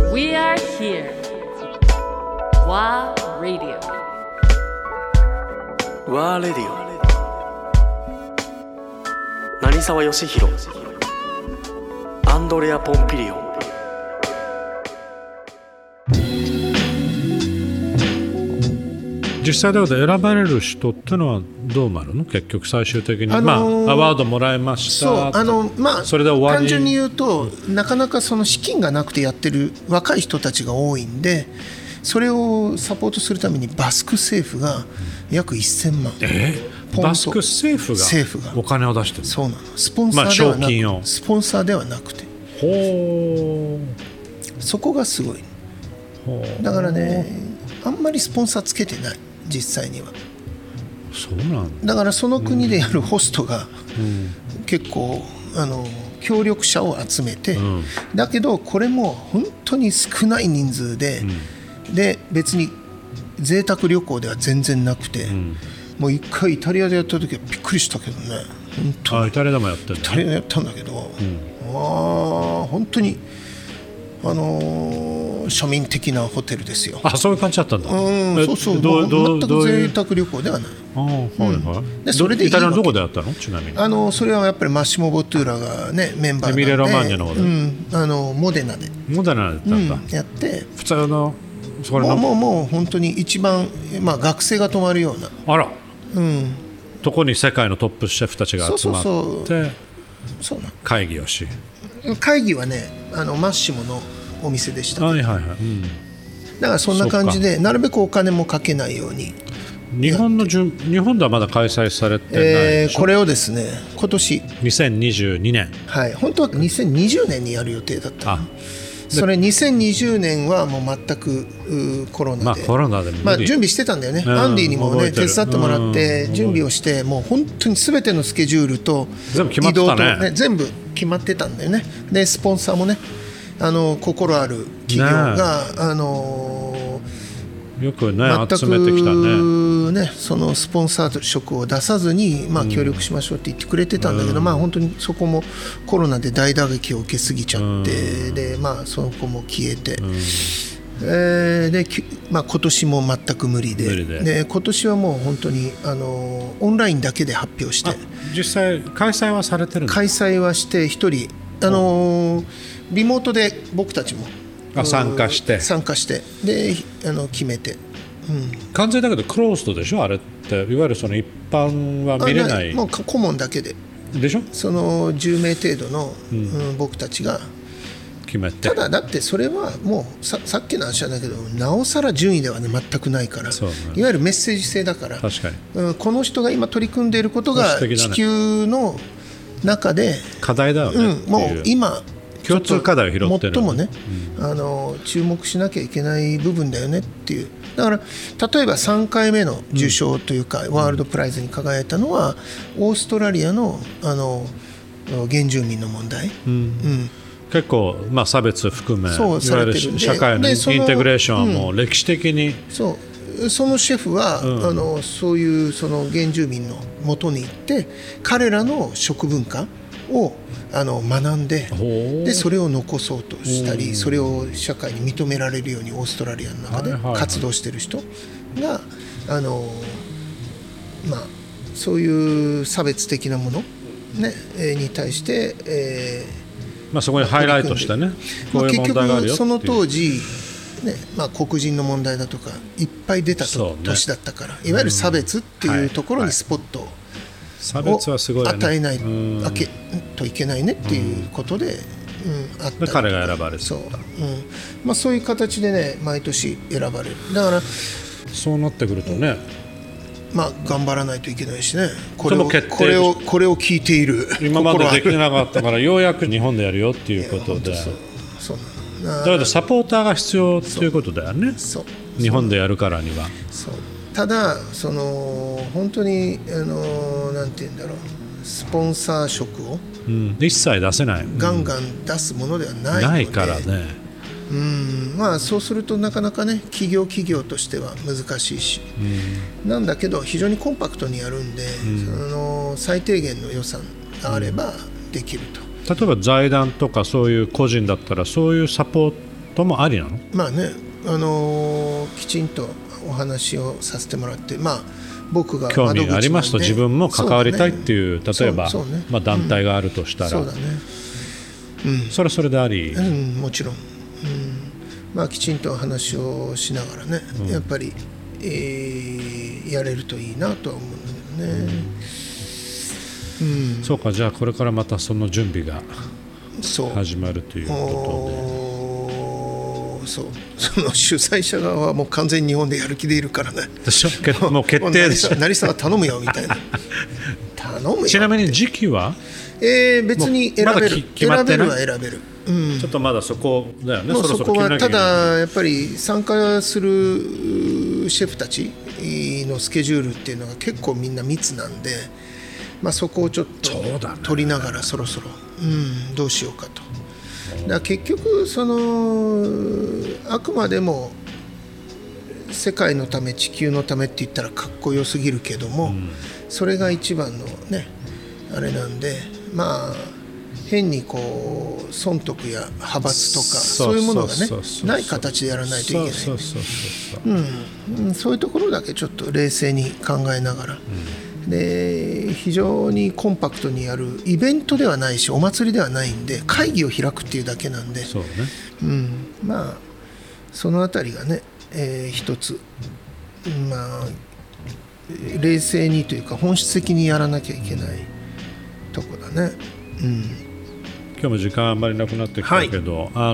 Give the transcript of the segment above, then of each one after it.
We are here. WA Radio. WA Radio。成沢義弘、アンドレア・ポンピリオン。 実際だけど選ばれる人ってのはどうなるの？結局最終的に、アワードもらいました。それで終わり。 単純に言うと、なかなかその資金がなくてやってる若い人たちが多いんで、それをサポートするためにバスク政府が約1000万、 バスク政府がお金を出してる。 そうなの。スポンサーではなく、 賞金をスポンサーではなくて、そこがすごい。だからね、あんまりスポンサーつけてない、実際には。 そうなんだからその国でやるホストが結構協力者を集めて、だけどこれも本当に少ない人数で、で別に贅沢旅行では全然なくて、もう一回イタリアでやった時はびっくりしたけどね。本当にイタリアでもやってる、 イタリアでやったんだけど、本当に庶民的なホテルですよ。 そういう感じだったんだ。 そうそう、全く贅沢旅行ではない。でそれでいいわけ。 イタリアのどこでやったの？ちなみにそれはやっぱりマッシモ・ボトゥーラがねメンバーなんで、 エミレ・ロマーニャの方で、 モデナでやって、 普通のそれのもう本当に一番、学生が泊まるような、 とこに世界のトップシェフたちが集まって会議をし、 会議はねマッシモのお店でした。だからそんな感じで、なるべくお金もかけないように。 日本ではまだ開催されてないでしょ？ これをですね、今年 2022年、 本当は2020年にやる予定だった。それ2020年はもう全くコロナで、 コロナで準備してたんだよね。アンディにもね手伝ってもらって準備をして、もう本当に全てのスケジュールと移動とね全部決まってたんだよね。でスポンサーもね、心ある企業がよくね全く集めてきたね。 そのスポンサー職を出さずに、協力しましょうって言ってくれてたんだけど、本当にそこもコロナで大打撃を受けすぎちゃって、でそこも消えて、で今年も全く無理で、今年はもう本当にオンラインだけで発表して、 実際開催はされてるんですか？ 開催はして一人リモートで僕たちも参加してで決めて、 完全だけどクローズドでしょ？あれっていわゆるその一般は見れない。 もう顧問だけでしょ？ その10名程度の、僕たちが決めて。 ただだってそれはもう さっきの話なんだけど、なおさら順位ではね全くないから、いわゆるメッセージ性だから、 確かに、 この人が今取り組んでいることが地球の中で課題だよね、 もう今共通課題を拾ってる、 最もね、注目しなきゃいけない部分だよねっていう。だから例えば3回目の受賞というか、ワールドプライズに輝いたのはオーストラリアの原住民の問題、 結構、差別含め、いわゆる社会のインテグレーションはもう歴史的に、 そのシェフは、そういうその原住民の元に行って彼らの食文化を学んで、でそれを残そうとしたり、それを社会に認められるようにオーストラリアの中で活動している人がそういう差別的なもの、に対して、 そこにハイライトしてね、こういう問題があるよっていう。 結局その当時黒人の問題だとかいっぱい出た年だったから、いわゆる差別っていうところにスポットを与えないといけないねっていうことで、あったり、 彼が選ばれる。 そういう形でね毎年選ばれる。だからそうなってくるとね、 頑張らないといけないしね。これを聞いている今までできなかったからようやく日本でやるよっていうことで、だけどサポーターが必要っていうことだよね。日本でやるからには。 ただ本当になんていうんだろう、スポンサー職を、 一切出せない、 ガンガン出すものではないので、 ないからね。 そうするとなかなかね企業としては難しいし、なんだけど非常にコンパクトにやるんで、最低限の予算があればできると。 例えば財団とかそういう個人だったらそういうサポータこともありなの？ まあね、きちんとお話をさせてもらって、まあ僕が興味がありますと自分も関わりたいっていう、例えば、まあ、団体があるとしたら、 そうだね、 それはそれであり、 もちろん、まあ、きちんと話をしながらね、やっぱり、やれるといいなとは思うんだよね。 そうか、じゃあこれからまたその準備が始まるということで、 その主催者側はもう完全に日本でやる気でいるからね。 もう決定でしょ。 成沢頼むよみたいな。頼むよ。 ちなみに時期は？ 別に選べる。選べるは選べる。 ちょっとまだそこだよね。 もうそこはただやっぱり参加するシェフたちのスケジュールっていうのが結構みんな密なんで、まあ、そこをちょっと取りながらそろそろ、どうしようかと。だから結局あくまでも世界のため地球のためって言ったらかっこよすぎるけども、それが一番のねあれなんで、まあ変にこう損得や派閥とかそういうものがねない形でやらないといけない。そういうところだけちょっと冷静に考えながら、で非常にコンパクトにやるイベントではないしお祭りではないんで、会議を開くっていうだけなんで、 そうね、 まあそのあたりがね、一つまあ冷静にというか本質的にやらなきゃいけないとこだね。 今日も時間あんまりなくなってきたけど、ま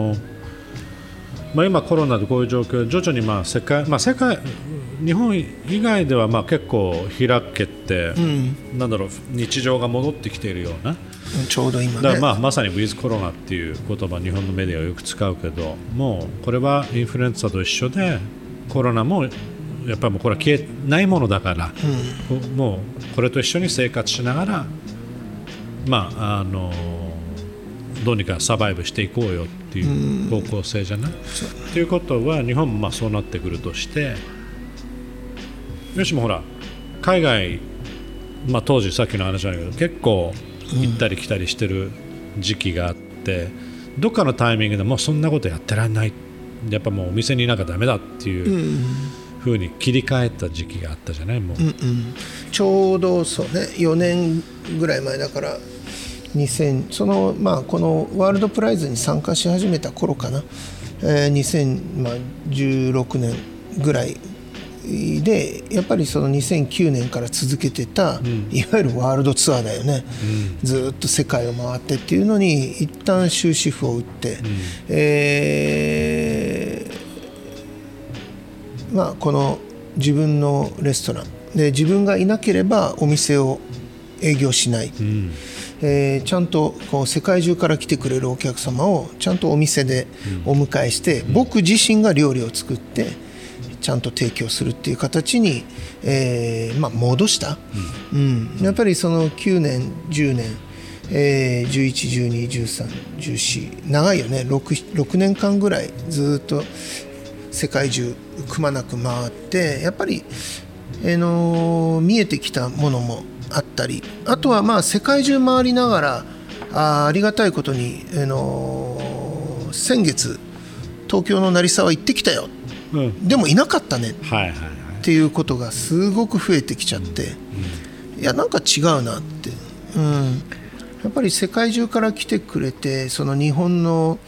あ、今コロナでこういう状況で徐々にまあ世界日本以外ではまあ結構開けて、なんだろう、日常が戻ってきているような、 ちょうど今ね、 だからまあまさにウィズコロナっていう言葉日本のメディアはよく使うけど、もうこれはインフルエンザと一緒でコロナもやっぱりもうこれは消えないものだから、もうこれと一緒に生活しながら、まあどうにかサバイブしていこうよっていう方向性じゃない。ということは日本もまあそうなってくるとして、よしもほら海外、まあ、当時さっきの話なんだけど結構行ったり来たりしてる時期があって、どっかのタイミングでもうそんなことやってらんない、やっぱもうお店にいなきゃダメだっていう風に切り替えた時期があったじゃない。もう、 ちょうどそうね、4年ぐらい前だからまあ、このワールドプライズに参加し始めた頃かな、2016年ぐらいでやっぱりその2009年から続けてた、いわゆるワールドツアーだよね、ずっと世界を回ってっていうのに一旦終止符を打って、まあ、この自分のレストランで自分がいなければお店を営業しない、ちゃんとこう世界中から来てくれるお客様をちゃんとお店でお迎えして、僕自身が料理を作ってちゃんと提供するっていう形に、まあ、戻した、やっぱりその9年10年、11、12、13、14長いよね。 6年間ぐらいずっと世界中くまなく回って、やっぱり、見えてきたものもあったり、あとはまあ世界中回りながら ありがたいことに、先月東京の成沢行ってきたよ、でもいなかったねっていうことがすごく増えてきちゃって、いやなんか違うなって、やっぱり世界中から来てくれて、その日本の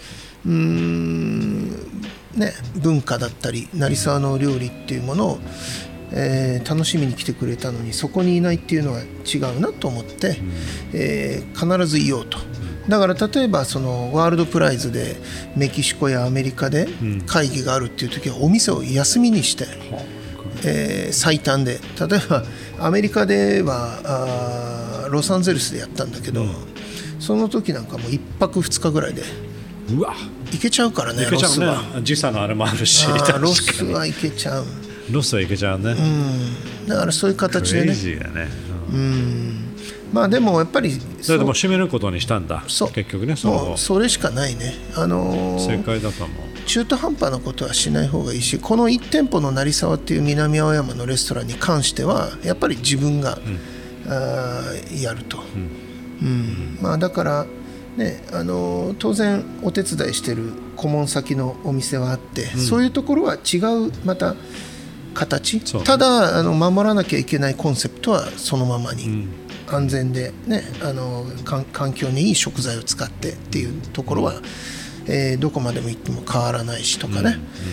ね、文化だったり成沢の料理っていうものを楽しみに来てくれたのにそこにいないっていうのは違うなと思って、必ずいようと。だから例えばそのワールドプライズでメキシコやアメリカで会議があるっていう時はお店を休みにして、最短で、例えばアメリカではロサンゼルスでやったんだけど、その時なんかもう1泊2日ぐらいで行けちゃうからね。 ロスは時差のあれもあるし、 ロスは行けちゃう。 ロスは行けちゃうね。 だからそういう形でね。 クレイジーだね。 まあでもやっぱりそれでも締めることにしたんだ。結局ね、 もうそれしかないね。 正解だと思う。 中途半端なことはしない方がいいし、この1店舗の成沢っていう南青山のレストランに関してはやっぱり自分が、やると。まあだからね、当然お手伝いしてる顧問先のお店はあって、そういうところは違うまた形、ただ守らなきゃいけないコンセプトはそのままに、安全で、ね、環境にいい食材を使ってっていうところは、どこまでも行っても変わらないしとかね、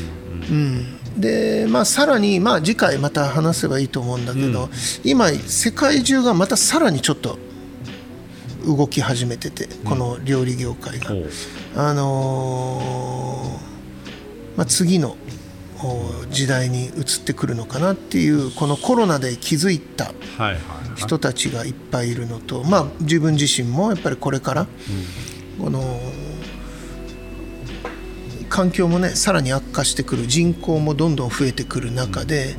でさらに、次回また話せばいいと思うんだけど、今世界中がまたさらにちょっと動き始めてて、この料理業界が、次の時代に移ってくるのかなっていう、このコロナで気づいた人たちがいっぱいいるのと、自分自身もやっぱりこれから、この環境もねさらに悪化してくる、人口もどんどん増えてくる中で、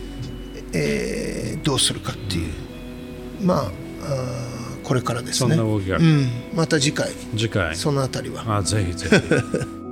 どうするかっていう、これからですね。 そんな動きが、 また次回そのあたりはぜひぜひ